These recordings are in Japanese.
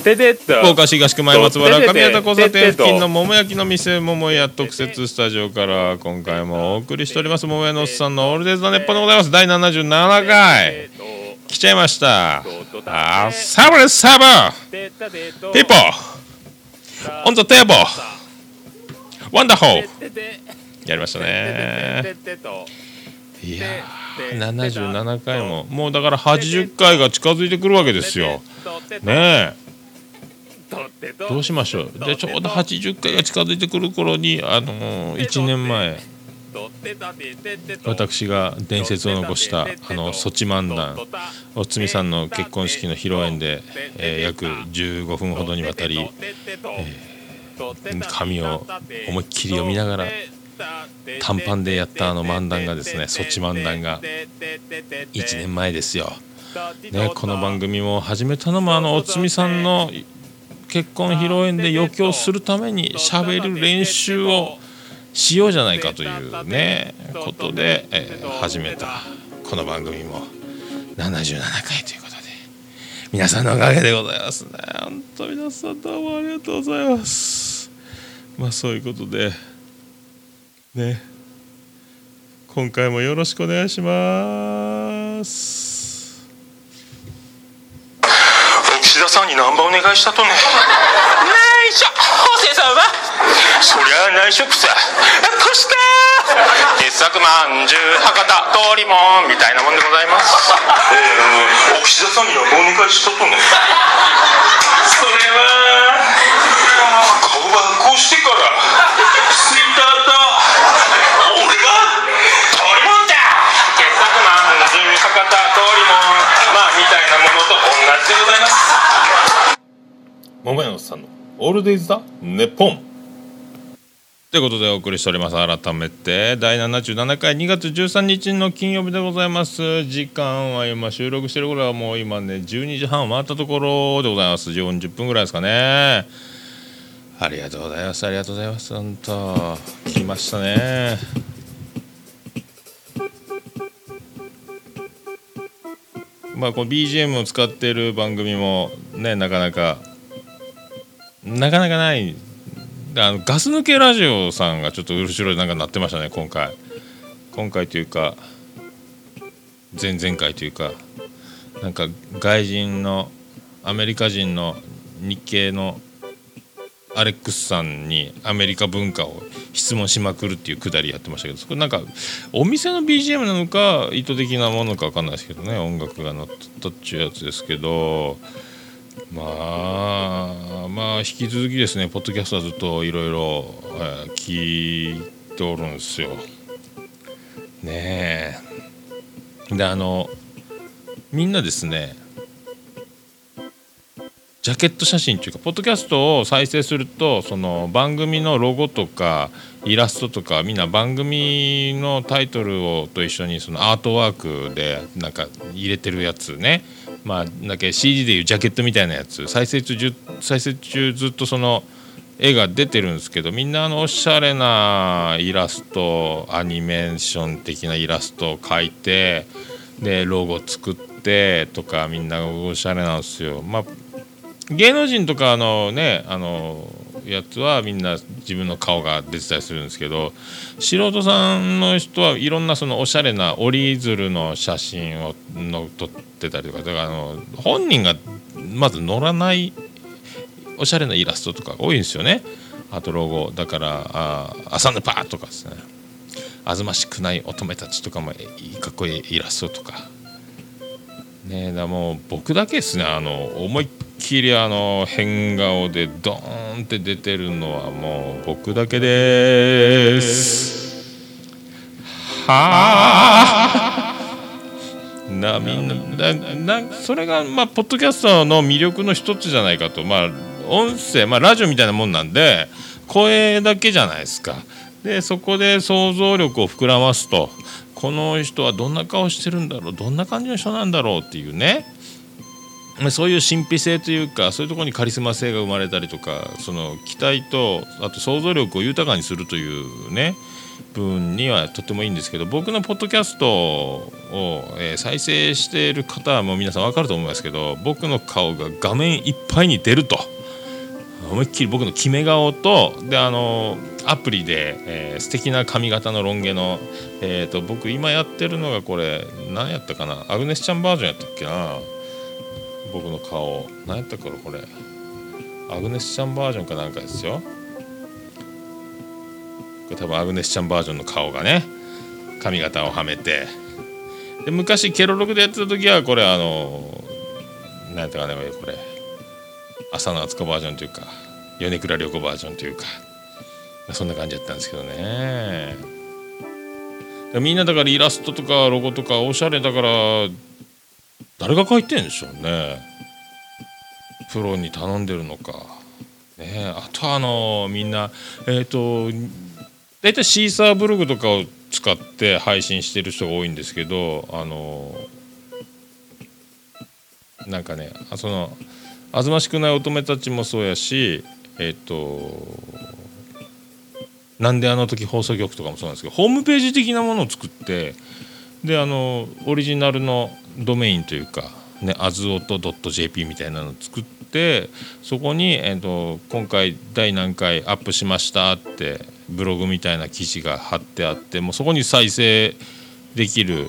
ててっと福岡市東区前松原上谷交差点付近の桃焼きの店桃屋特設スタジオから今回もお送りしております桃屋のおっさんのオールデイズの熱波でございます。第77回来ちゃいました。サーブレスサーバーピーポーオンザテーブルワンダホーやりましたね。いや77回もうだから80回が近づいてくるわけですよねえ。どうしましょう。でちょうど80回が近づいてくる頃に1年前私が伝説を残したソチ漫談おつみさんの結婚式の披露宴で、約15分ほどにわたり、紙を思いっきり読みながら短パンでやった漫談がですね、ソチ漫談が1年前ですよ、ね、この番組も始めたのもおつみさんの結婚披露宴で余興するために喋る練習をしようじゃないかというねことで、始めたこの番組も77回ということで皆さんのおかげでございますね。本当皆さんどうもありがとうございます。そういうことでね、今回もよろしくお願いします。岸田さんにナンバーお願いしたとね。内緒法政さんはそりゃ内職さそして傑作まんじゅう博多通りもんみたいなもんでございます。岸田さんにナンバーお願いしたとね。それは顔ばこうしてからツイッターと俺が通りもんだ傑作まんじゅう博多通りもんみたいなものと同じでございます。桃屋のさんのオールデイズだネッポンということでお送りしております。改めて第77回2月13日の金曜日でございます。時間は今収録してる頃はもう今ね12時半を回ったところでございます。40分ぐらいですかね。ありがとうございます。ありがとうございます。本当来ましたね。この BGM を使っている番組もねなかなかないガス抜けラジオさんがちょっと後ろでなんか鳴ってましたね。今回というか前々回というかなんか外人のアメリカ人の日系のアレックスさんにアメリカ文化を質問しまくるっていうくだりやってましたけど、そこなんかお店の BGM なのか意図的なものか分かんないですけどね、音楽が載ったっちゅうやつですけど、引き続きですねポッドキャストはずっといろいろ聞いておるんですよねえ。でみんなですねジャケット写真というかポッドキャストを再生するとその番組のロゴとかイラストとかみんな番組のタイトルをと一緒にそのアートワークでなんか入れてるやつね、だけ CD でいうジャケットみたいなやつ再生中ずっとその絵が出てるんですけど、みんなおしゃれなイラストアニメーション的なイラストを描いてでロゴ作ってとかみんなおしゃれなんですよ。芸能人とかやつはみんな自分の顔が出てたりするんですけど、素人さんの人はいろんなそのおしゃれな折り鶴の写真を撮ってたりとか、だから本人がまず載らないおしゃれなイラストとか多いんですよね。あとロゴだから朝のパーとかですね、あずましくない乙女たちとかもかっこいいイラストとかね。だもう僕だけですね思いっきり変顔でドーンって出てるのはもう僕だけです。はあみんなそれがポッドキャストの魅力の一つじゃないかと。音声ラジオみたいなもんなんで声だけじゃないですか。でそこで想像力を膨らますと、この人はどんな顔してるんだろう、どんな感じの人なんだろうっていうね、そういう神秘性というかそういうところにカリスマ性が生まれたりとか、その期待とあと想像力を豊かにするというね分にはとてもいいんですけど、僕のポッドキャストを、再生している方はもう皆さん分かると思いますけど、僕の顔が画面いっぱいに出ると、思いっきり僕の決め顔とでアプリで、素敵な髪型のロン毛の、僕今やってるのがこれ何やったかな、アグネスちゃんバージョンやったっけな、僕の顔何やったかこれアグネスちゃんバージョンかなんかですよ。これ多分アグネスちゃんバージョンの顔がね、髪型をはめて、で昔ケロログでやってた時はこれ何やったかね、これ浅野敦子バージョンというか米倉涼子バージョンというか、そんな感じだったんですけどね。みんなだからイラストとかロゴとかおしゃれだから誰が描いてんでしょうね。プロに頼んでるのかね。あとみんなだいたいシーサーブログとかを使って配信してる人が多いんですけど、なんかね、そのあずましくない乙女たちもそうやし、なんであの時放送局とかもそうなんですけど、ホームページ的なものを作って、でオリジナルのドメインというかね、azuoto.jp みたいなのを作って、そこに、今回第何回アップしましたってブログみたいな記事が貼ってあって、もうそこに再生できる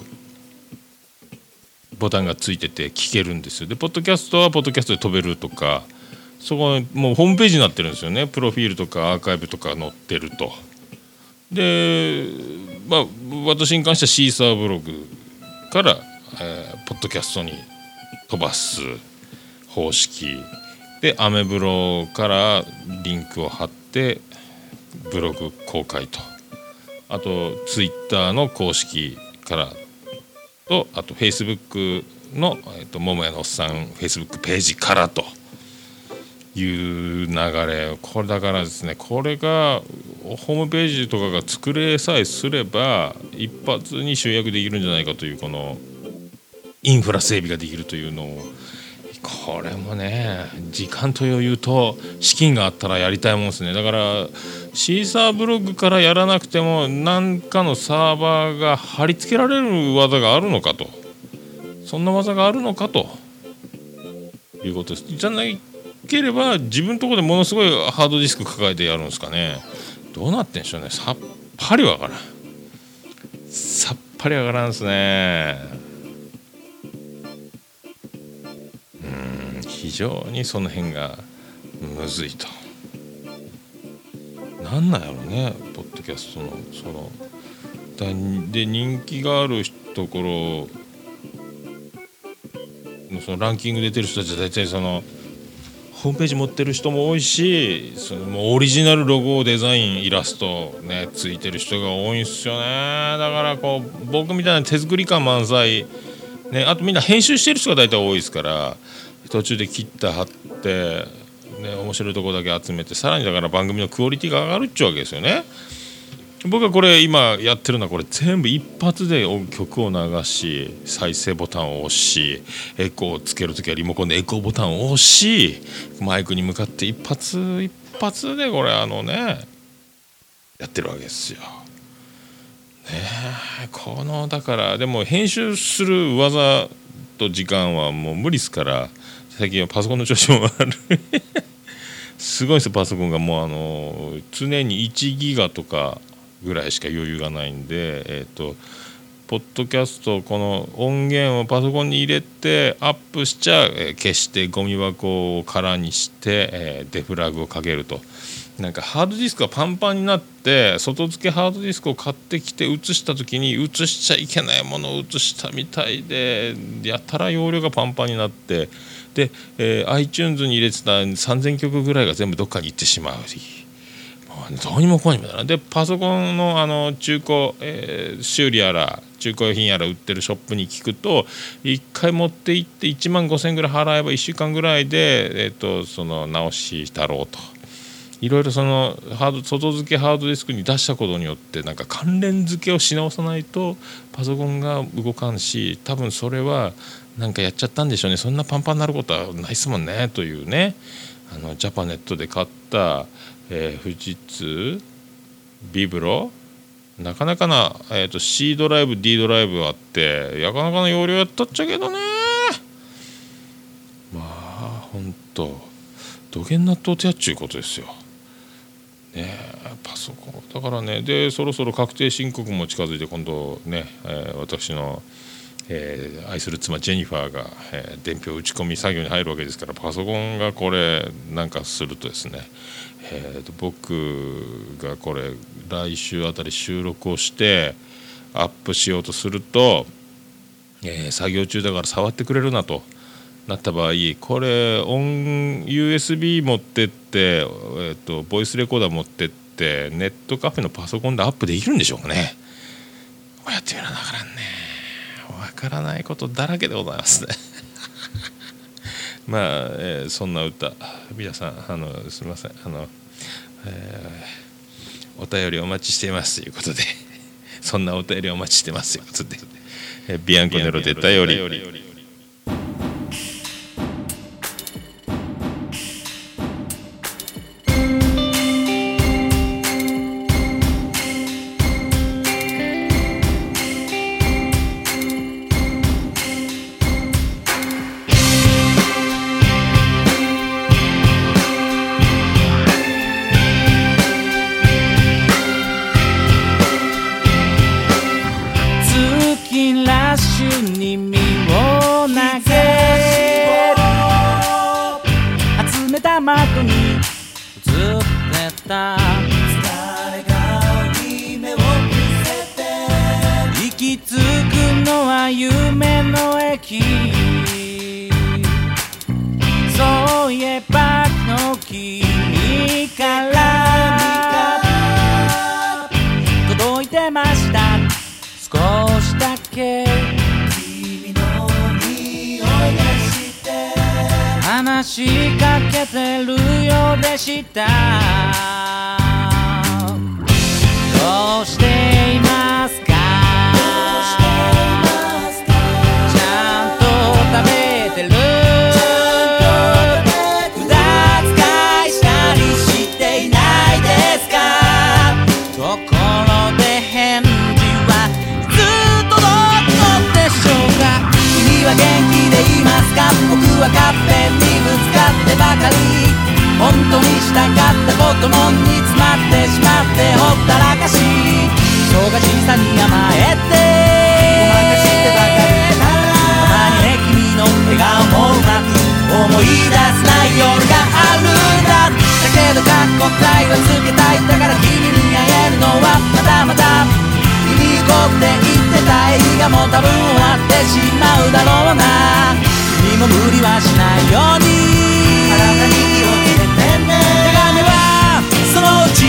ボタンがついてて聞けるんですよ。でポッドキャストはポッドキャストで飛べるとか、そこもうホームページになってるんですよね。プロフィールとかアーカイブとか載ってると。で、私に関してはシーサーブログから、ポッドキャストに飛ばす方式で、アメブロからリンクを貼ってブログ公開と、あとツイッターの公式からと、あとフェイスブックの桃屋のおっさんフェイスブックページからという流れ。これだからですね、これがホームページとかが作れさえすれば一発に集約できるんじゃないかという、このインフラ整備ができるというのを、これもね、時間と余裕と資金があったらやりたいもんですね。だからシーサーブログからやらなくても何かのサーバーが貼り付けられる技があるのかと、そんな技があるのかということです。じゃなければ自分のところでものすごいハードディスク抱えてやるんですかね。どうなってんでしょうね。さっぱりわからん、さっぱりわからんですね。非常にその辺がむずいと。なんなんやろね、ポッドキャストのそので人気があるところのそのランキング出てる人たちは大体そのホームページ持ってる人も多いし、そのもうオリジナルロゴデザインイラストねついてる人が多いんすよね。だからこう僕みたいな手作り感満載ね、あとみんな編集してる人が大体多いですから、途中で切って貼ってね、面白いところだけ集めて、さらにだから番組のクオリティが上がるっちゅうわけですよね。僕はこれ今やってるのはこれ全部一発で曲を流し、再生ボタンを押し、エコーをつけるときはリモコンでエコーボタンを押し、マイクに向かって一発でこれやってるわけですよ。このだからでも編集する技と時間はもう無理ですから、最近はパソコンの調子も悪いすごいですよ。パソコンがもう常に1ギガとかぐらいしか余裕がないんで、ポッドキャストこの音源をパソコンに入れてアップしちゃ消してゴミ箱を空にして、デフラグをかけると、なんかハードディスクがパンパンになって外付けハードディスクを買ってきて移した時に移しちゃいけないものを移したみたいで、やたら容量がパンパンになって、で、iTunes に入れてた3000曲ぐらいが全部どっかに行ってしまうし、どうにもこうにもならんで、パソコンの中古、修理やら中古品やら売ってるショップに聞くと、1回持って行って1万5000円ぐらい払えば1週間ぐらいで、その直したろうと、いろいろその外付けハードディスクに出したことによってなんか関連付けをし直さないとパソコンが動かんし、多分それはなんかやっちゃったんでしょうね。そんなパンパンになることはないですもんねというね。ジャパネットで買った、富士通ビブロなかなかな、C ドライブ D ドライブあってなかなかの容量やったっちゃけどね。まあほんとどげんなっとうてやっちゅうことですよね。パソコンだからね。でそろそろ確定申告も近づいて今度ね、私の、愛する妻ジェニファーが、伝票打ち込み作業に入るわけですから、パソコンがこれなんかするとですね、僕がこれ来週あたり収録をしてアップしようとすると、作業中だから触ってくれるなとなった場合、これUSB 持ってって、ボイスレコーダー持ってってネットカフェのパソコンでアップできるんでしょうかね。やってみながらね、わからないことだらけでございますねまあ、そんな歌皆さんすみませんお便りお待ちしていますということでそんなお便りお待ちしてますということで、ビアンコネロで頼り窓に映ってた誰が夢を見せて行き着くのは夢の駅そういえばの君から届いてました少しだけ君の匂いがして話しかけてるようでしたどうしていますかちゃんと食べてる無駄遣いしたりしていないですかところで返事はいつ届くのでしょうか君は元気でいますか僕はカッペンにぶつかってばかり本当にしたかったことも煮詰まってしまってほったらかし忙しさに甘えてごまかしてばかりたまにね君の笑顔もうまく思い出せない夜があるんだだけど過去体はつけたいだから君に会えるのはまだまだ見に行こうって言ってた映画も多分終わってしまうだろうな君も無理はしないように体に気をつけてね手紙はそのうち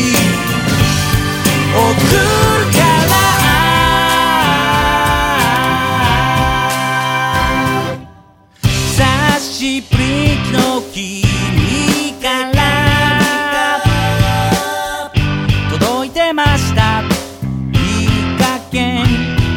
送るから久しぶりの君から届いてましたいい加減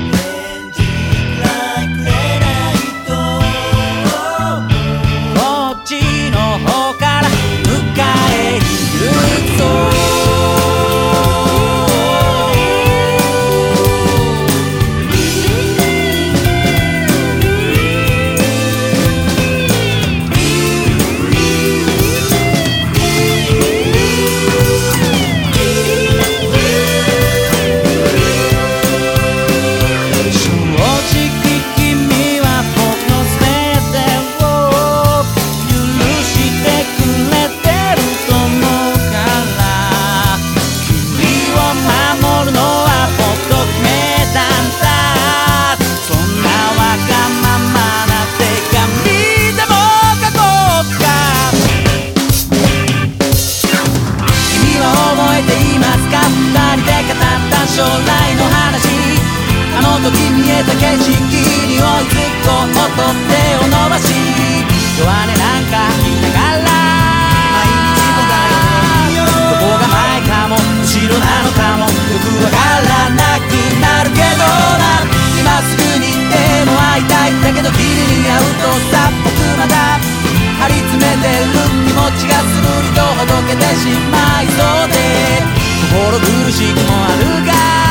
将来の話あの時見えた景色に追いつこうと手を伸ばし弱音なんか言いながら毎日もだよどこが前かも後ろなのかもよくわからなくなるけどな今すぐにでも会いたいだけど君に会うとさ僕まだ張り詰めてる気持ちがするりとほどけてしまいそうで心苦しくもあるが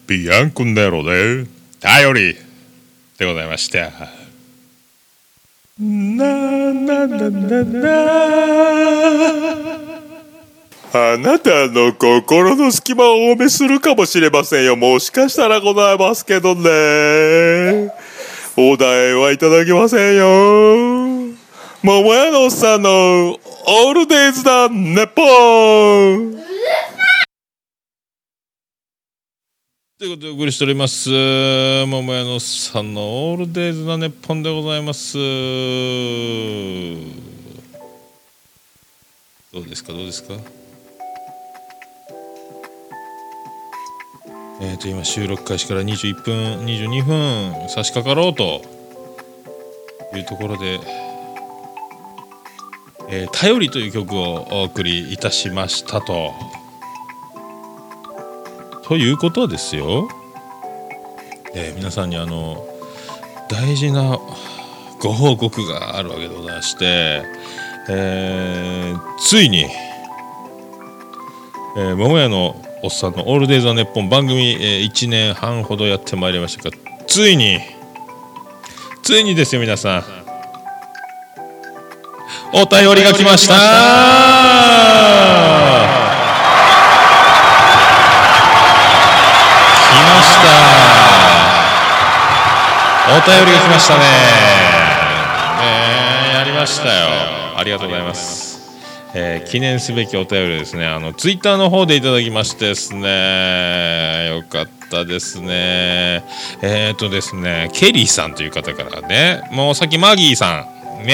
ビアンコネロで頼りでございました。 あなたの心の隙間をお埋めするかもしれませんよ。もしかしたらございますけどね。お題はいただけませんよ。桃屋のおっさんのオールデイズだネポンということでお送りしております桃屋のおっさんのオールデイズだネポンでございます。どうですか今収録開始から21分22分差し掛かろうというところで、頼りという曲をお送りいたしましたということはですよ、皆さんに大事なご報告があるわけでございまして、ついに、桃屋のおっさんのオールデイズ・ザ・ネッポン番組、1年半ほどやってまいりましたが、ついにですよ皆さん、お便りが来ました。お便りが来ましたね。やりましたよ。ありがとうございます。記念すべきお便りですね。ツイッターの方でいただきましてですね、よかったですね。ですね、ケリーさんという方からね、もうさっきマギーちゃ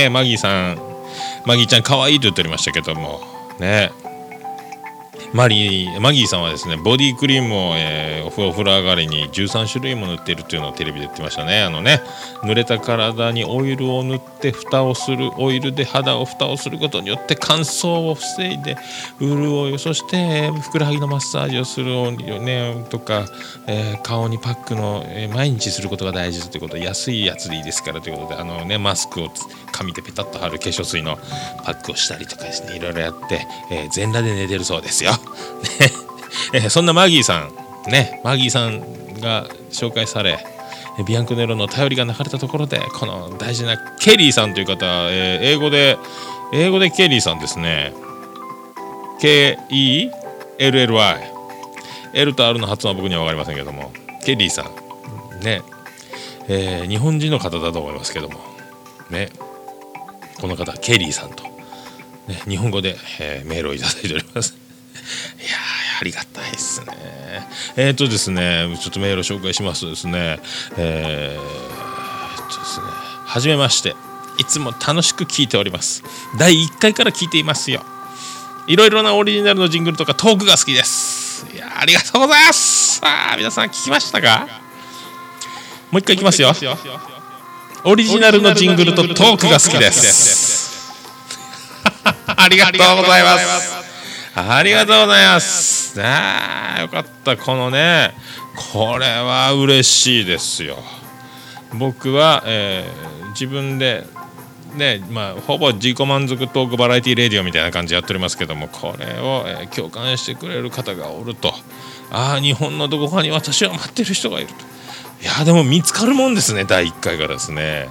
ん可愛いと言っておりましたけどもね、マギーさんはですね、ボディクリームを、お風呂上がりに13種類も塗っているというのをテレビで言ってましたね。濡れた体にオイルを塗ってオイルで肌を蓋をすることによって乾燥を防いで潤い、そしてふくらはぎのマッサージをするとか、顔にパックの、毎日することが大事ということで、安いやつでいいですからということでマスクを紙でペタッと貼る化粧水のパックをしたりとかですね、いろいろやって、全裸で寝てるそうですよ。そんなマギーさんが紹介され、ビアンコネロの頼りが流れたところで、この大事なケリーさんという方、英語でケリーさんですね。 KELLY L と R の発音は僕には分かりませんけども、ケリーさんね、日本人の方だと思いますけどもね、この方ケリーさんと、ね、日本語で、メールをいただいております。いやありがたいですね。ですね、ちょっとメールを紹介しますとですね、はじめまして、いつも楽しく聞いております。第1回から聞いていますよ。いろいろなオリジナルのジングルとかトークが好きです。いやありがとうございます。皆さん聞きましたか？もう一回いきますよ。オリジナルのジングルとトークが好きです。ありがとうございます。ありがとうございます。よかった。このね、これは嬉しいですよ。僕は、自分でね、ほぼ自己満足トークバラエティレディオみたいな感じでやっておりますけども、これを、共感してくれる方がおると、日本のどこかに私は待ってる人がいると。いやでも見つかるもんですね、第1回からですね。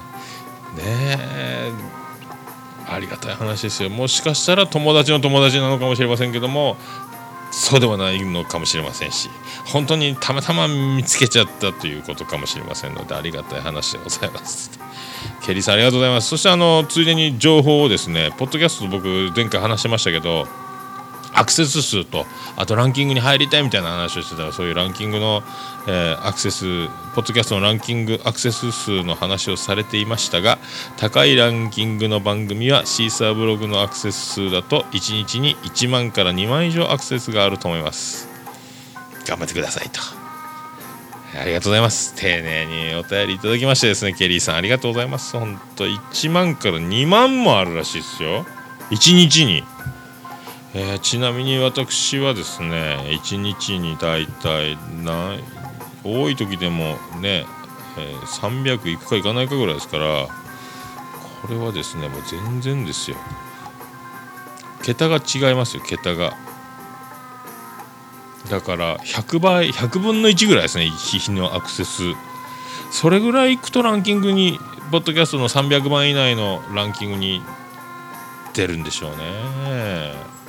ありがたい話ですよ。もしかしたら友達の友達なのかもしれませんけども、そうではないのかもしれませんし、本当にたまたま見つけちゃったということかもしれませんので、ありがたい話でございます。ケリーさんありがとうございます。そしてついでに情報をですね、ポッドキャスト僕前回話してましたけど、アクセス数とあとランキングに入りたいみたいな話をしてたら、そういうランキングの、アクセスポッドキャストのランキングアクセス数の話をされていましたが、高いランキングの番組はシーサーブログのアクセス数だと1日に1万から2万以上アクセスがあると思います。頑張ってくださいと。ありがとうございます。丁寧にお便りいただきましてですね、ケリーさんありがとうございます。本当1万から2万もあるらしいですよ、1日に。ちなみに私はですね、1日にだいたい多い時でもね、300いくかいかないかぐらいですから、これはですねもう全然ですよ。桁が違いますよ、桁が。 だから100分の1ぐらいですね、日のアクセス。それぐらいいくとランキングに、ポッドキャストの300番以内のランキングに出るんでしょうね。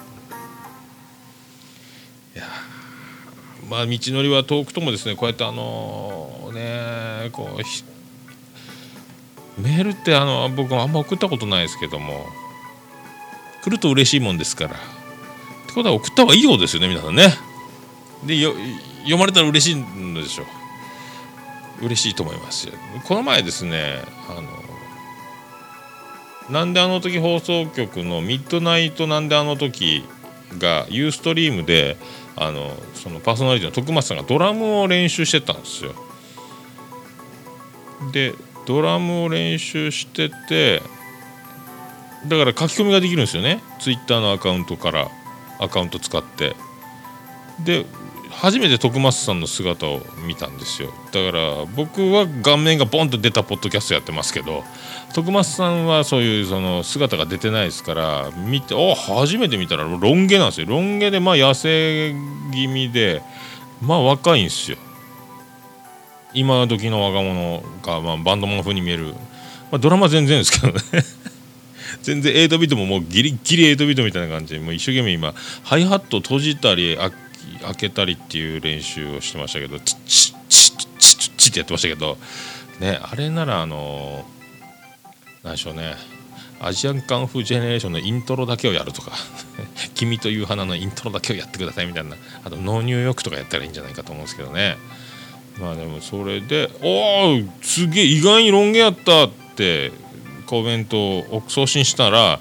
いや、まあ道のりは遠くともですね、こうやってこうメールって僕あんま送ったことないですけども、来ると嬉しいもんですから。ってことは送った方がいいようですよね、皆さんね。で読まれたら嬉しいんでしょう。嬉しいと思いますよ。この前ですね、なんであの時放送局のミッドナイトなんであの時がユーストリームでそのパーソナリティの徳松さんがドラムを練習してたんですよ。でドラムを練習してて、だから書き込みができるんですよね、ツイッターのアカウント使って。で初めて徳松さんの姿を見たんですよ。だから僕は顔面がボンと出たポッドキャストやってますけど、徳松さんはそういうその姿が出てないですから、見て初めて見たらロン毛なんですよ。ロン毛で痩せ気味で若いんですよ。今時の若者がバンドマン風に見える、ドラマ全然ですけどね全然8ビートももうギリギリ8ビートみたいな感じで、もう一生懸命今ハイハット閉じたり開けたりっていう練習をしてましたけど、チッチッチッチッチッチッってやってましたけどね。あれなら何でしょうね、アジアンカンフージェネレーションのイントロだけをやるとか君という花のイントロだけをやってくださいみたいな、あとノーニューヨークとかやったらいいんじゃないかと思うんですけどね。でもそれですげえ意外にロン毛やったってコメントを送信したら、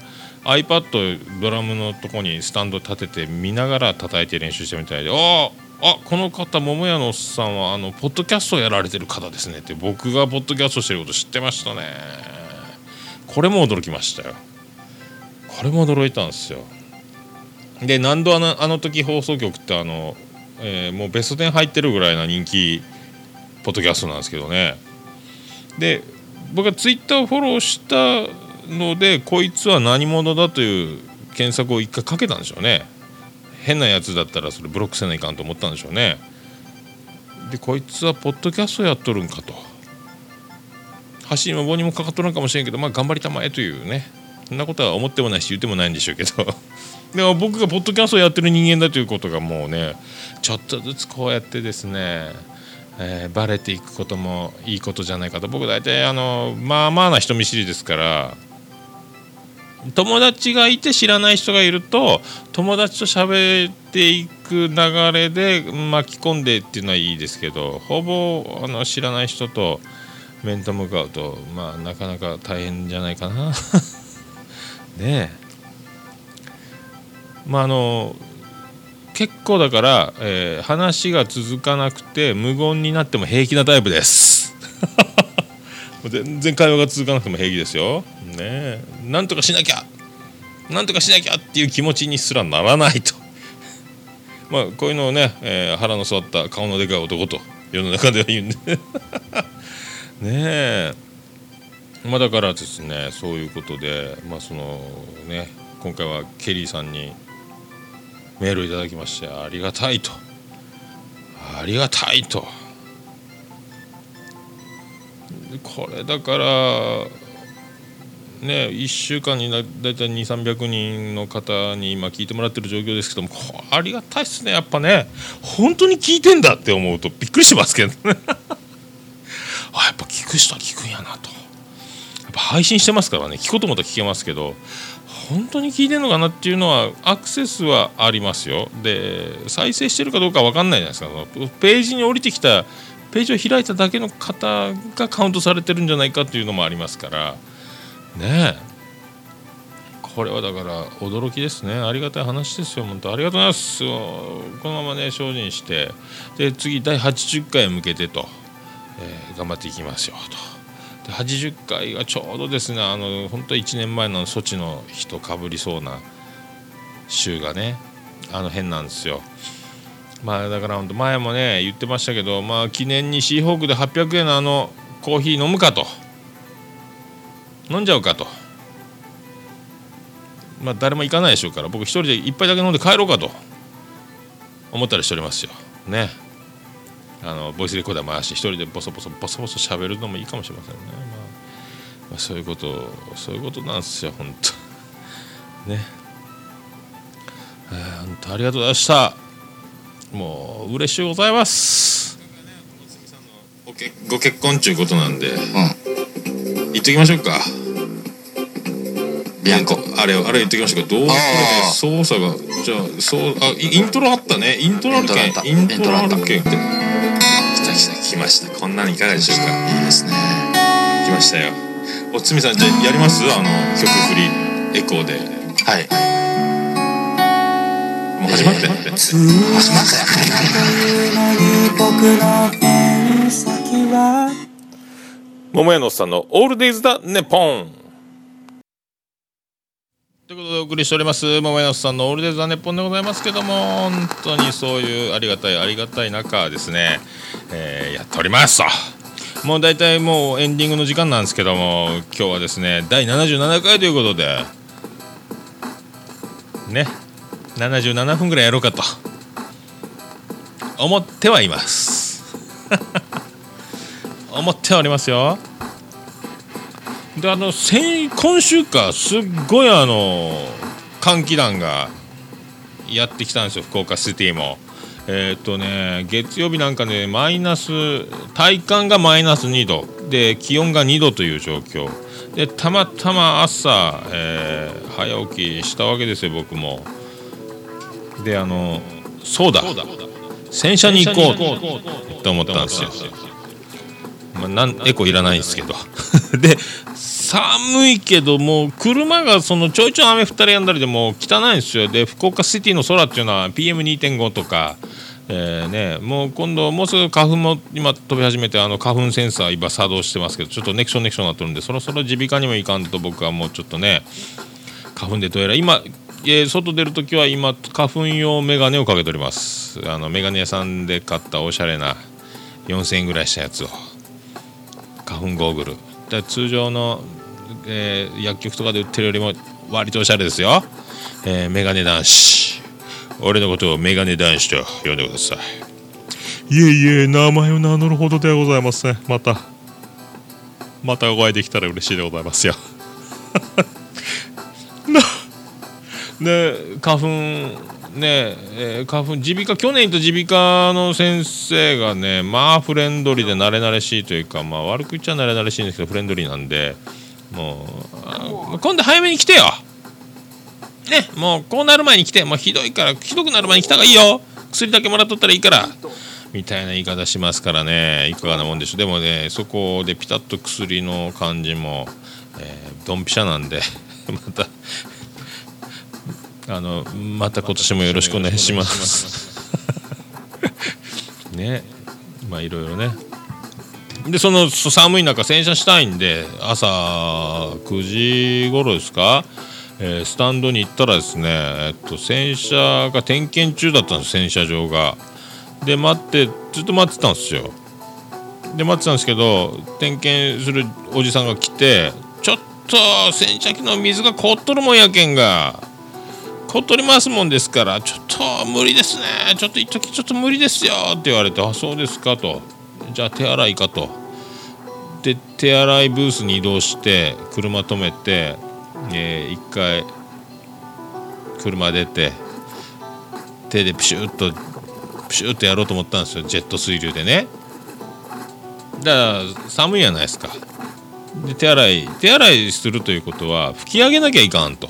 iPad ドラムのとこにスタンド立てて見ながら叩いて練習してみたいで、この方桃屋のおっさんはポッドキャストをやられてる方ですねって、僕がポッドキャストしてること知ってましたね。これも驚きましたよ。これも驚いたんですよ。で何度あの時放送局ってもうベスト10入ってるぐらいな人気ポッドキャストなんですけどね。で僕はツイッターをフォローしたので、こいつは何者だという検索を一回かけたんでしょうね。変なやつだったらそれブロックせないかんと思ったんでしょうね。でこいつはポッドキャストやっとるんかと、橋にも棒にもかかっとるんかもしれんけど、頑張りたまえというね、そんなことは思ってもないし言ってもないんでしょうけどでも僕がポッドキャストをやってる人間だということがもうね、ちょっとずつこうやってですね、バレていくこともいいことじゃないかと。僕大体まあな人見知りですから、友達がいて知らない人がいると友達と喋っていく流れで巻き込んでっていうのはいいですけど、ほぼ知らない人と面と向かうとなかなか大変じゃないかなねえ。結構だから、話が続かなくて無言になっても平気なタイプです全然会話が続かなくても平気ですよ、ねえ。なんとかしなきゃっていう気持ちにすらならないとこういうのをね、腹の据わった顔のでかい男と世の中では言うんでねえ。だからですね、そういうことで今回はケリーさんにメールをいただきまして、ありがたいとこれだからね、1週間にだいたい200-300人の方に今聞いてもらってる状況ですけども、ありがたいっすね。やっぱね、本当に聞いてんだって思うとびっくりしますけどねやっぱ聞く人は聞くんやなと。やっぱ配信してますからね、聞こうと思ったら聞けますけど、本当に聞いてんのかなっていうのはアクセスはありますよ。で再生してるかどうか分かんないじゃないですか。ページに降りてきたページを開いただけの方がカウントされてるんじゃないかっていうのもありますからねえ。これはだから驚きですね。ありがたい話ですよ。本当ありがとうございます。このままね精進して、で次第80回へ向けてと、頑張っていきますよと。で80回がちょうどですね、本当は1年前の措置の日とかぶりそうな週がね変なんですよ。だから本当前もね言ってましたけど、記念にシーホークで800円のコーヒー飲むかと、飲んじゃうかと、誰も行かないでしょうから、僕一人で一杯だけ飲んで帰ろうかと思ったりしておりますよね。ボイスレコーダー回して一人でボソボソ喋るのもいいかもしれませんね。まあそういうことなんですよ本当ね。本当ありがとうございました。もう嬉しいございます。ご結婚ということなんで、言っときましょうか。 ビアンコあれ言っときましょうか。どうこれで操作がじゃあイントロあったね。イントロあるけん来ました。こんなのいかがでしょうか。 いいですね。 来ましたよ。おつみさんじゃあやります？曲振りエコーで。 はい。 もう始まって。始まったよ。 桃屋のおっさんのオールデイズだネポンということでお送りしております桃屋のおっさんのオールデイズだネポンでございますけども、本当にそういうありがたい中ですね、やっておりますと。もうだいたいもうエンディングの時間なんですけども、今日はですね第77回ということでね、77分ぐらいやろうかと思ってはいます思っておりますよ。で今週かすっごい寒気団がやってきたんですよ、福岡シティも。月曜日なんかね体感がマイナス2度で気温が2度という状況で、たまたま朝、早起きしたわけですよ僕も。でそうだ洗車に行こうと思ったんですよ。エコいらないんですけどで寒いけどもう車がちょいちょい雨降ったりやんだりでもう汚いんですよ。で福岡シティの空っていうのは PM2.5 とか、もう今度もうすぐ花粉も今飛び始めて花粉センサー今作動してますけど、ちょっとネクションになってるんでそろそろ耳鼻科にも行かんと僕はもうちょっとね花粉でどうやら今外出るときは今花粉用メガネをかけております。メガネ屋さんで買ったおしゃれな4000円ぐらいしたやつを花粉ゴーグルで通常の、薬局とかで売ってるよりも割とおしゃれですよ。メガネ男子、俺のことをメガネ男子と呼んでください。いえ名前を名乗るほどではございません。またお会いできたら嬉しいでございますよで花粉ね、去年と耳鼻科の先生がねフレンドリーで慣れ慣れしいというか、悪く言っちゃ慣れ慣れしいんですけどフレンドリーなんで、もう今度早めに来てよね。もうこうなる前に来て、ひどくなる前に来た方がいいよ、薬だけもらっとったらいいからみたいな言い方しますからね、いかがなもんでしょう。でもねそこでピタッと薬の感じも、ドンピシャなんでまた今年もよろしくお願いしますね。いろいろね。で寒い中洗車したいんで朝9時頃ですか、スタンドに行ったらですね、洗車が点検中だったんです。洗車場がでずっと待ってたんですよ。で待ってたんですけど点検するおじさんが来て、ちょっと洗車機の水が凍っとるもんやけんが凍っとりますもんですからちょっと無理ですね、ちょっと一時ちょっと無理ですよって言われて、あそうですかと、じゃあ手洗いかと。で手洗いブースに移動して車止めて、一回車出て手でプシュッとやろうと思ったんですよ、ジェット水流でね。だから寒いじゃないですか。で手洗いするということは吹き上げなきゃいかんと。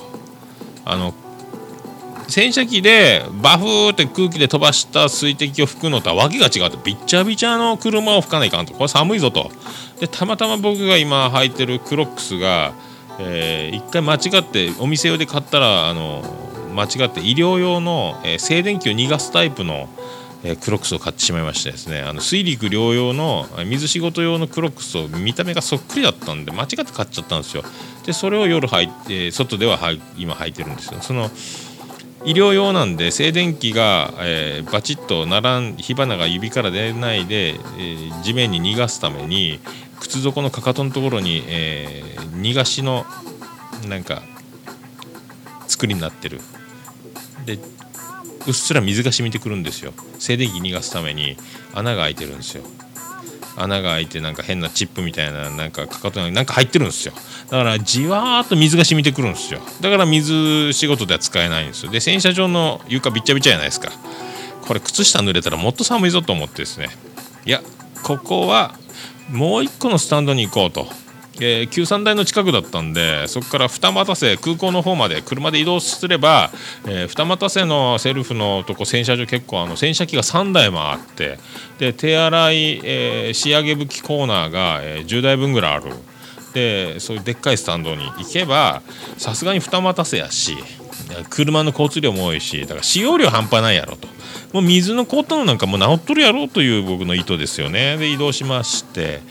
洗車機でバフーって空気で飛ばした水滴を吹くのとはわけが違うと、ビッチャビチャの車を吹かないかんと、これ寒いぞと。でたまたま僕が今履いてるクロックスが、一回間違ってお店用で買ったら間違って医療用の、静電気を逃がすタイプの、クロックスを買ってしまいましてですね、水陸両用の水仕事用のクロックスを見た目がそっくりだったんで間違って買っちゃったんですよ。でそれを夜履いて外では今履いてるんですよ。医療用なんで静電気が、バチッと火花が指から出ないで、地面に逃がすために靴底のかかとのところに、逃がしのなんか作りになってる。でうっすら水が染みてくるんですよ。静電気逃がすために穴が開いてるんですよ。穴が開いてなんか変なチップみたいななんかかかとになんか入ってるんですよ。だからじわーっと水が染みてくるんですよ。だから水仕事では使えないんですよ。で洗車場の床びっちゃびちゃじゃないですか。これ靴下濡れたらもっと寒いぞと思ってですね、いやここはもう一個のスタンドに行こうと、旧三台の近くだったんで、そこから二俣瀬空港の方まで車で移動すれば、二俣瀬のセルフのとこ洗車場結構洗車機が3台もあって、で手洗い、仕上げ拭きコーナーが、10台分ぐらいある。でそういうでっかいスタンドに行けばさすがに二俣瀬やし、車の交通量も多いし、だから使用量半端ないやろと、もう水の凍ったのなんかもう治っとるやろうという僕の意図ですよね。で移動しまして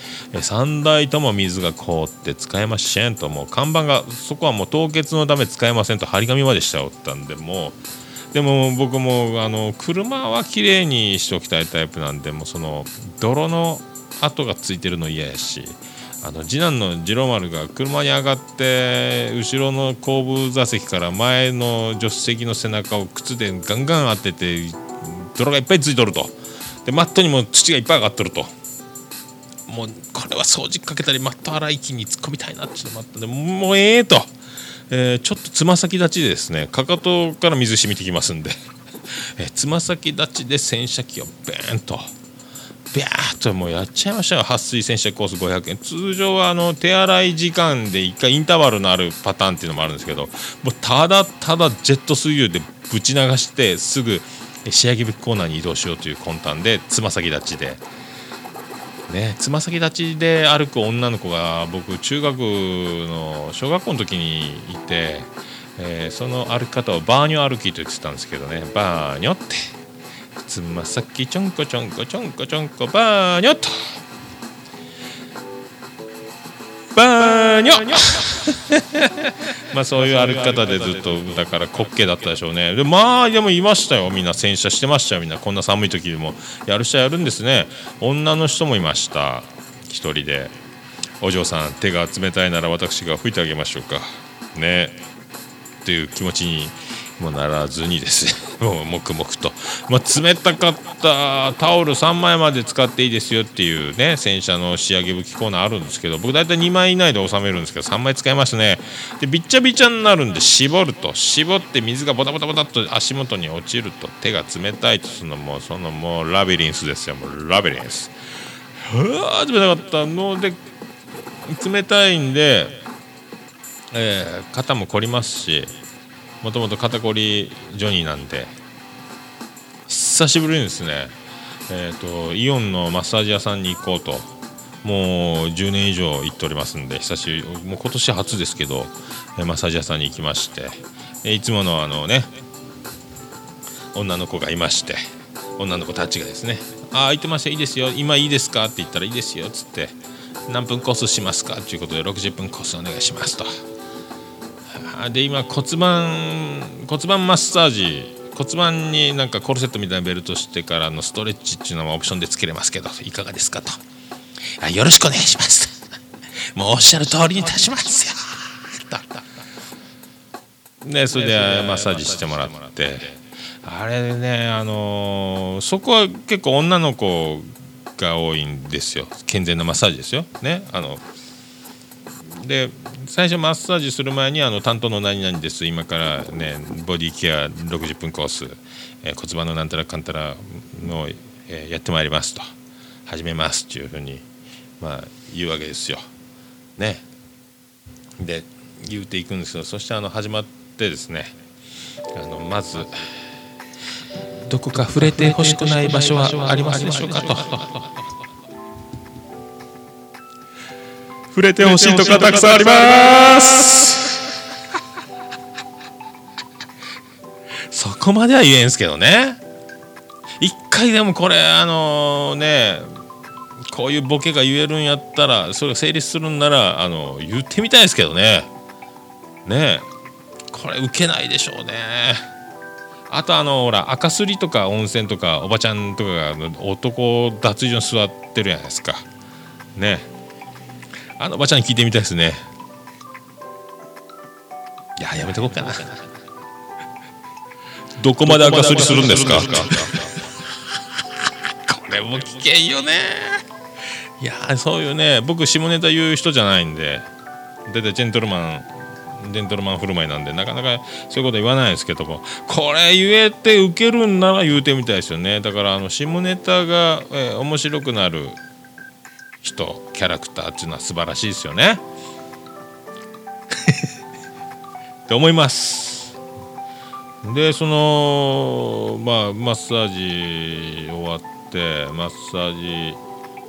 、3台とも水が凍って使えませんと、もう看板がそこはもう凍結のため使えませんと張り紙までしておったんで、もうでも僕も車はきれいにしておきたいタイプなんで、もうその泥の跡がついてるの嫌やし、次男の次郎丸が車に上がって後ろの後部座席から前の助手席の背中を靴でガンガン当てて泥がいっぱいついとると、でマットにも土がいっぱい上がっとると、もうこれは掃除かけたりマット洗い機に突っ込みたいなっていうのもあったんで、もうと、ちょっとつま先立ちでですね、かかとから水染みてきますんでつま先立ちで洗車機をベーンとビャーっともうやっちゃいましたよ。撥水洗車コース500円。通常は手洗い時間で1回インターバルのあるパターンっていうのもあるんですけど、もうただただジェット水流でぶち流してすぐ仕上げコーナーに移動しようという魂胆でつま先立ちでね、つま先立ちで歩く女の子が僕中学の小学校の時にいて、その歩き方をバーニョ歩きと言ってたんですけどね、バーニョってつま先ちょんこちょんこちょんこちょんこバーニョとバーニョまあそういう歩き方でずっとだから滑稽だったでしょうね。でまあでもいましたよ、みんな洗車してましたよ。みんなこんな寒い時でもやる人はやるんですね。女の人もいました。一人でお嬢さん手が冷たいなら私が拭いてあげましょうかねっていう気持ちにもならずにですねもう黙々と、冷たかったタオル3枚まで使っていいですよっていうね洗車の仕上げ拭きコーナーあるんですけど、僕大体2枚以内で収めるんですけど3枚使いますね。でびっちゃびちゃになるんで絞って水がボタボタボタっと足元に落ちると手が冷たいと、そのもうラビリンスですよ。もうラビリンス冷たかったので、冷たいんで、肩も凝りますし、もともと肩こりジョニーなんで久しぶりにですね、イオンのマッサージ屋さんに行こうと、もう10年以上行っておりますんで、久しぶり、もう今年初ですけど、マッサージ屋さんに行きまして、いつもの女の子がいまして、女の子たちがですね、空いてました、いいですよ、今いいですかって言ったらいいですよっつって、何分コースしますかということで60分コースお願いしますと。で今骨盤マッサージ、骨盤になんかコルセットみたいなベルトしてからのストレッチっていうのもオプションでつけれますけどいかがですかと。よろしくお願いしますもうおっしゃる通りにいたしますよでそれでマッサージしてもらって、あれね、そこは結構女の子が多いんですよ。健全なマッサージですよね。で最初マッサージする前に担当の何々です、今からねボディケア60分コース、骨盤のなんたらかんたらの、やってまいりますと、始めますっていうふうに言うわけですよね。で言うていくんですけど、そして始まってですね、まずどこか触れてほしくない場所はありますでしょうかと。触れてほしいところたくさんありますそこまでは言えんすけどね。一回でもこれこういうボケが言えるんやったら、それが成立するんなら言ってみたいですけどね。これウケないでしょうね。あとほら赤すりとか温泉とかおばちゃんとかが男脱衣所に座ってるじゃないですかね。おばちゃんに聞いてみたいですね。いややめとこうかなどこまで赤すりするんですかこれも危険よね。いやそういうね、僕下ネタ言う人じゃないんで、だいたいジェントルマン振る舞いなんでなかなかそういうこと言わないですけども、これ言えてウケるんなら言うてみたいですよね。だから下ネタが、面白くなる人、キャラクターっていうのは素晴らしいですよねって思います。でマッサージ終わってマッサージ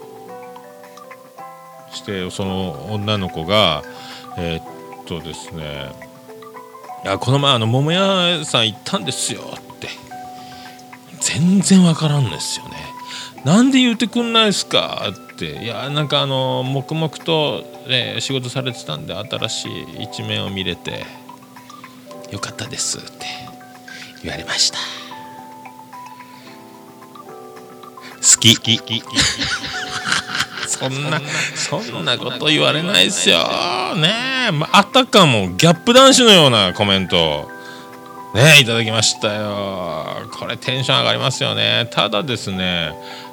してその女の子がですね、いやこの前桃屋さん行ったんですよって全然わからんですよね。なんで言ってくんないですかって、いやなんか黙々と、仕事されてたんで新しい一面を見れてよかったですって言われました。好きそんなこと言われないですよね。あたかもギャップ男子のようなコメントねいただきましたよ。これテンション上がりますよね。ただですね、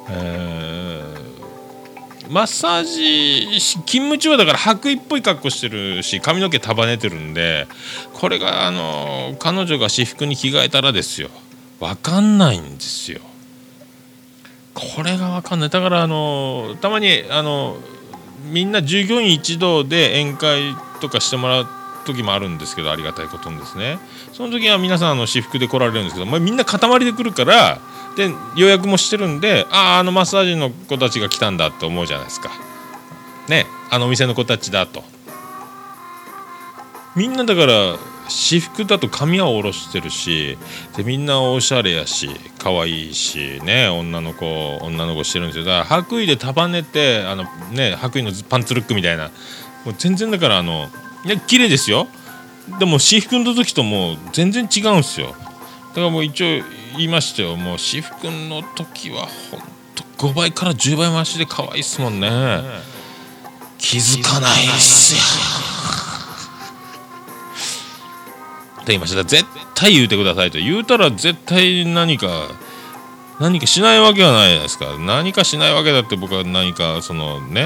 マッサージ勤務中はだから白衣っぽい格好してるし髪の毛束ねてるんで、これが彼女が私服に着替えたらですよ、分かんないんですよ。これが分かんない。だからたまにみんな従業員一同で宴会とかしてもらう時もあるんですけど、ありがたいことにですね、その時は皆さん私服で来られるんですけど、みんな塊で来るからで予約もしてるんで、マッサージの子たちが来たんだって思うじゃないですかね、お店の子たちだと。みんなだから私服だと髪は下ろしてるし、でみんなおしゃれやし可愛いしね、女の子してるんですよ。だから白衣で束ねて白衣のパンツルックみたいな、もう全然だから綺麗ですよ。でも私服の時ともう全然違うんですよ。だからもう一応言いましたよ、もう私服の時はほんと5倍から10倍増しで可愛いっすもんね。気づかないっすよって言いました。絶対言うてくださいと。言うたら絶対何かしないわけはないじゃないですか。何かしないわけだって、僕は何かサ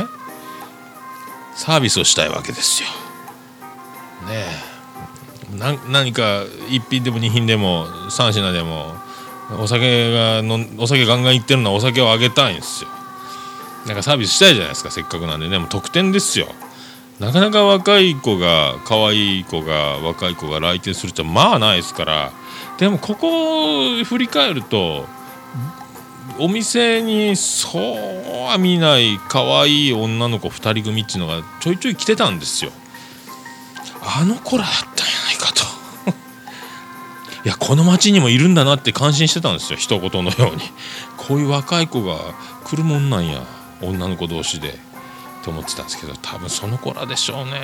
ービスをしたいわけですよね。何か1品でも2品でも3品でもお酒ガンガンいってるのはお酒をあげたいんですよ。なんかサービスしたいじゃないですか、せっかくなんでね。もう特典ですよ。なかなか若い子が来店するってまあないですから。でもここを振り返るとお店にそうは見ない可愛い女の子2人組っていうのがちょいちょい来てたんですよ。あの子らだったんじゃないかといやこの街にもいるんだなって感心してたんですよ、一言のように。こういう若い子が来るもんなんや、女の子同士でと思ってたんですけど、多分その子らでしょうね。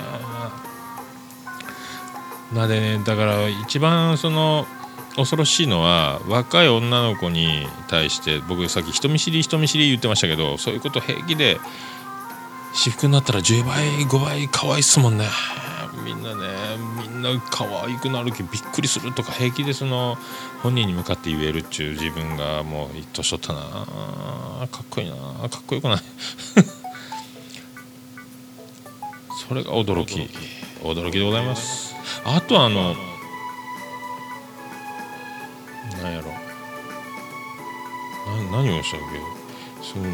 なんでね、だから一番恐ろしいのは若い女の子に対して僕さっき人見知り言ってましたけど、そういうこと平気で私服になったら10倍5倍可愛いっすもんね。みんな可愛くなる気びっくりするとか平気で本人に向かって言えるっちゅう自分がもう年取ったな、かっこいいな、かっこよくないそれが驚きでございます。あと何やろ、何をしたっけ、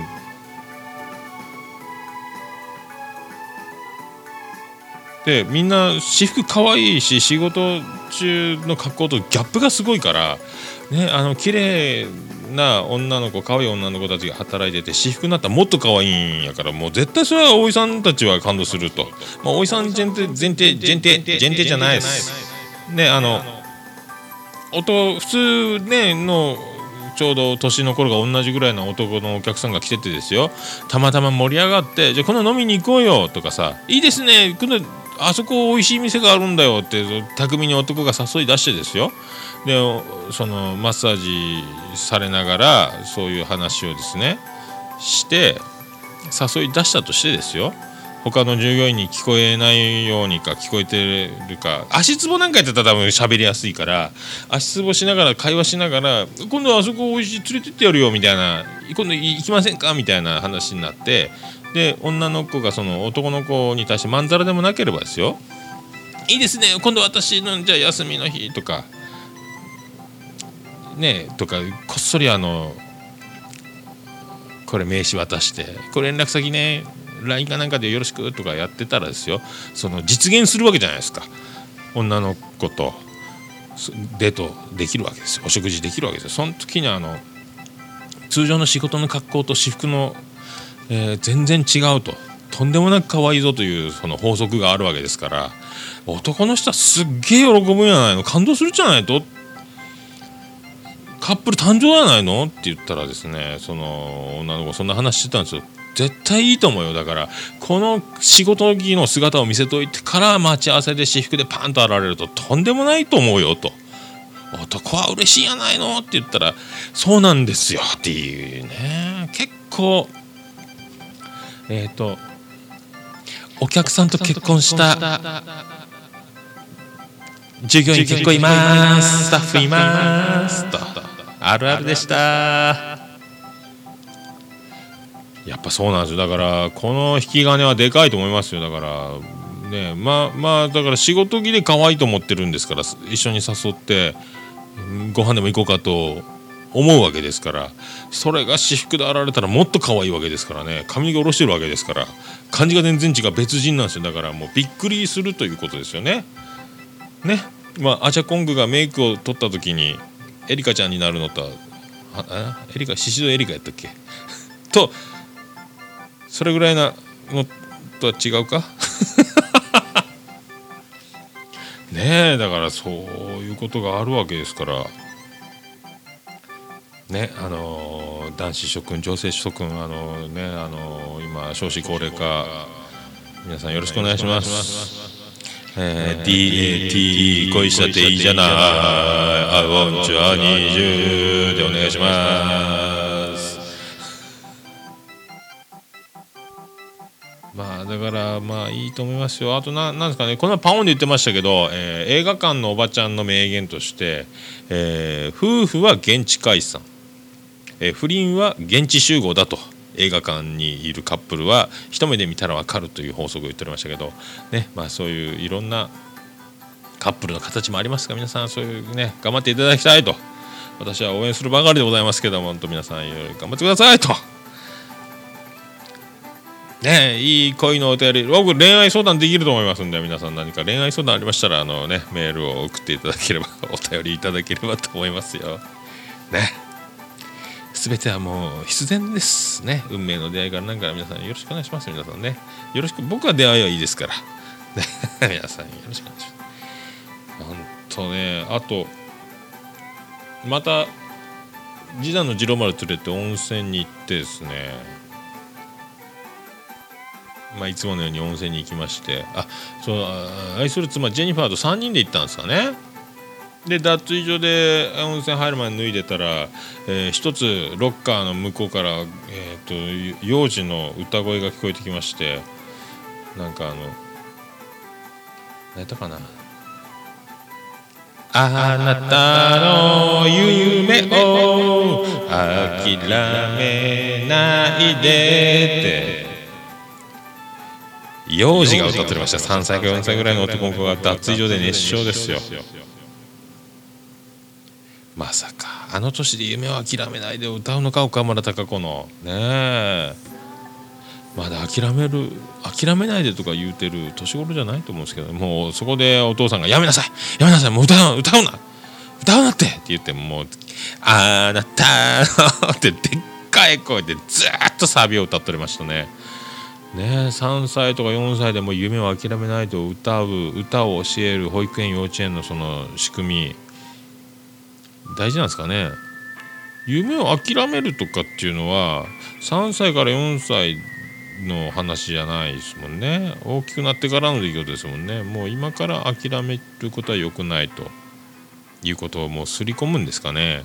でみんな私服可愛いし仕事中の格好とギャップがすごいからね、綺麗な可愛い女の子たちが働いてて私服になったらもっと可愛いんやから、もう絶対それはおいさんたちは感動すると。おいさん前提じゃないですね。普通ねのちょうど年の頃が同じぐらいの男のお客さんが来ててですよ、たまたま盛り上がって、じゃあこの飲みに行こうよとかさ、いいですね、あそこ美味しい店があるんだよって巧みに男が誘い出してですよ、でマッサージされながらそういう話をですねして誘い出したとしてですよ、 他の従業員に聞こえないようにか聞こえてるか、足つぼなんかやってたら多分喋りやすいから、足つぼしながら会話しながら、今度はあそこおいしい連れてってやるよみたいな、今度行きませんかみたいな話になって、で女の子がその男の子に対してまんざらでもなければですよ、いいですね、今度私のじゃあ休みの日とかね、とかこっそりこれ名刺渡して、これ連絡先ね LINE かなんかでよろしくとかやってたらですよ、その実現するわけじゃないですか。女の子とデートできるわけですよ、お食事できるわけですよ。その時に通常の仕事の格好と私服の、全然違うとんでもなく可愛いぞというその法則があるわけですから、男の人はすっげえ喜ぶんじゃないの、感動するんじゃないと、カップル誕生じゃないのって言ったらですね、その女の子そんな話してたんですよ。絶対いいと思うよ。だからこの仕事着の姿を見せといてから待ち合わせで私服でパンと現れるととんでもないと思うよと、男は嬉しいやないのって言ったらそうなんですよっていうね、結構お客さんと結婚した従業員結構いますスタッフいますとあるあるでした。やっぱそうなんですよ。だからこの引き金はでかいと思いますよ。だからね、まあだから仕事着で可愛いと思ってるんですから、一緒に誘ってご飯でも行こうかと思うわけですから、それが私服で現れたらもっと可愛いわけですからね、髪が下ろしてるわけですから、感じが全然違う、別人なんですよ。だからもうびっくりするということですよね。ね、アジャコングがメイクを取った時にエリカちゃんになるのとエリカ宍戸エリカやったっけとそれぐらいなのとは違うかねえ、だからそういうことがあるわけですからね、男子諸君女性諸君今少子高齢化、皆さんよろしくお願いします。DATE 恋したっていいじゃない、I want you, I need you でお願いします。まあだからまあいいと思いますよ。あとなんですかね、このパオンで言ってましたけど、映画館のおばちゃんの名言として、夫婦は現地解散、不倫は現地集合だと、映画館にいるカップルは一目で見たら分かるという法則を言っておりましたけどね、まあそういういろんなカップルの形もありますが、皆さんそういうね頑張っていただきたいと私は応援するばかりでございますけども、本当皆さんいろいろ頑張ってくださいとね。いい恋のお便り、僕恋愛相談できると思いますんで、皆さん何か恋愛相談ありましたらメールを送っていただければお便りいただければと思いますよね。すべてはもう必然ですね。運命の出会いからなんから皆さんよろしくお願いします。皆さんねよろしく、僕は出会いはいいですから皆さんよろしくお願いします。本当ね、あとまた次男の次郎丸連れて温泉に行ってですね、いつものように温泉に行きまして、愛する妻ジェニファーと3人で行ったんですかね。で脱衣所で温泉入る前に脱いでたら、一つロッカーの向こうから、幼児の歌声が聞こえてきまして、なんか何やったかな、あなたの夢を諦めないでって幼児が歌っておりました。3歳か4歳ぐらいの男の子が脱衣所で熱唱ですよ。まさかあの年で夢を諦めないで歌うのか、岡村孝子のねえ、まだ諦めないでとか言うてる年頃じゃないと思うんですけど、もうそこでお父さんがやめなさいもう歌うなって言って、もうあなたのってでっかい声でずっとサビを歌っておりましたね。3歳とか4歳でも夢を諦めないと歌を教える保育園幼稚園のその仕組み大事なんですかね。夢を諦めるとかっていうのは3歳から4歳の話じゃないですもんね。大きくなってからの出来事ですもんね。もう今から諦めることは良くないということをもう刷り込むんですかね。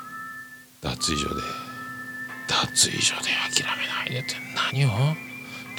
脱衣所で諦めないでって何を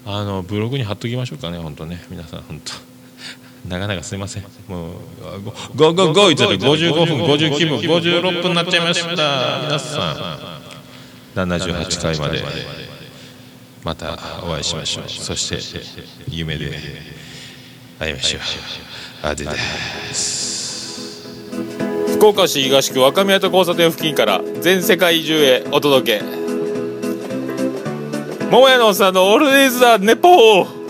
ブログに貼っときましょうかね。本当ね、皆さん本当なかなかすいません。もうゴーゴーゴーいつって55分59分56分になっちゃいました。皆さん78回までまたお会いしましょう。そして夢で会いましょう。あでです。 福岡市東区若宮と交差点付近から全世界中へお届け、桃屋のおっさんのオールディーズ・ザ・ネポー。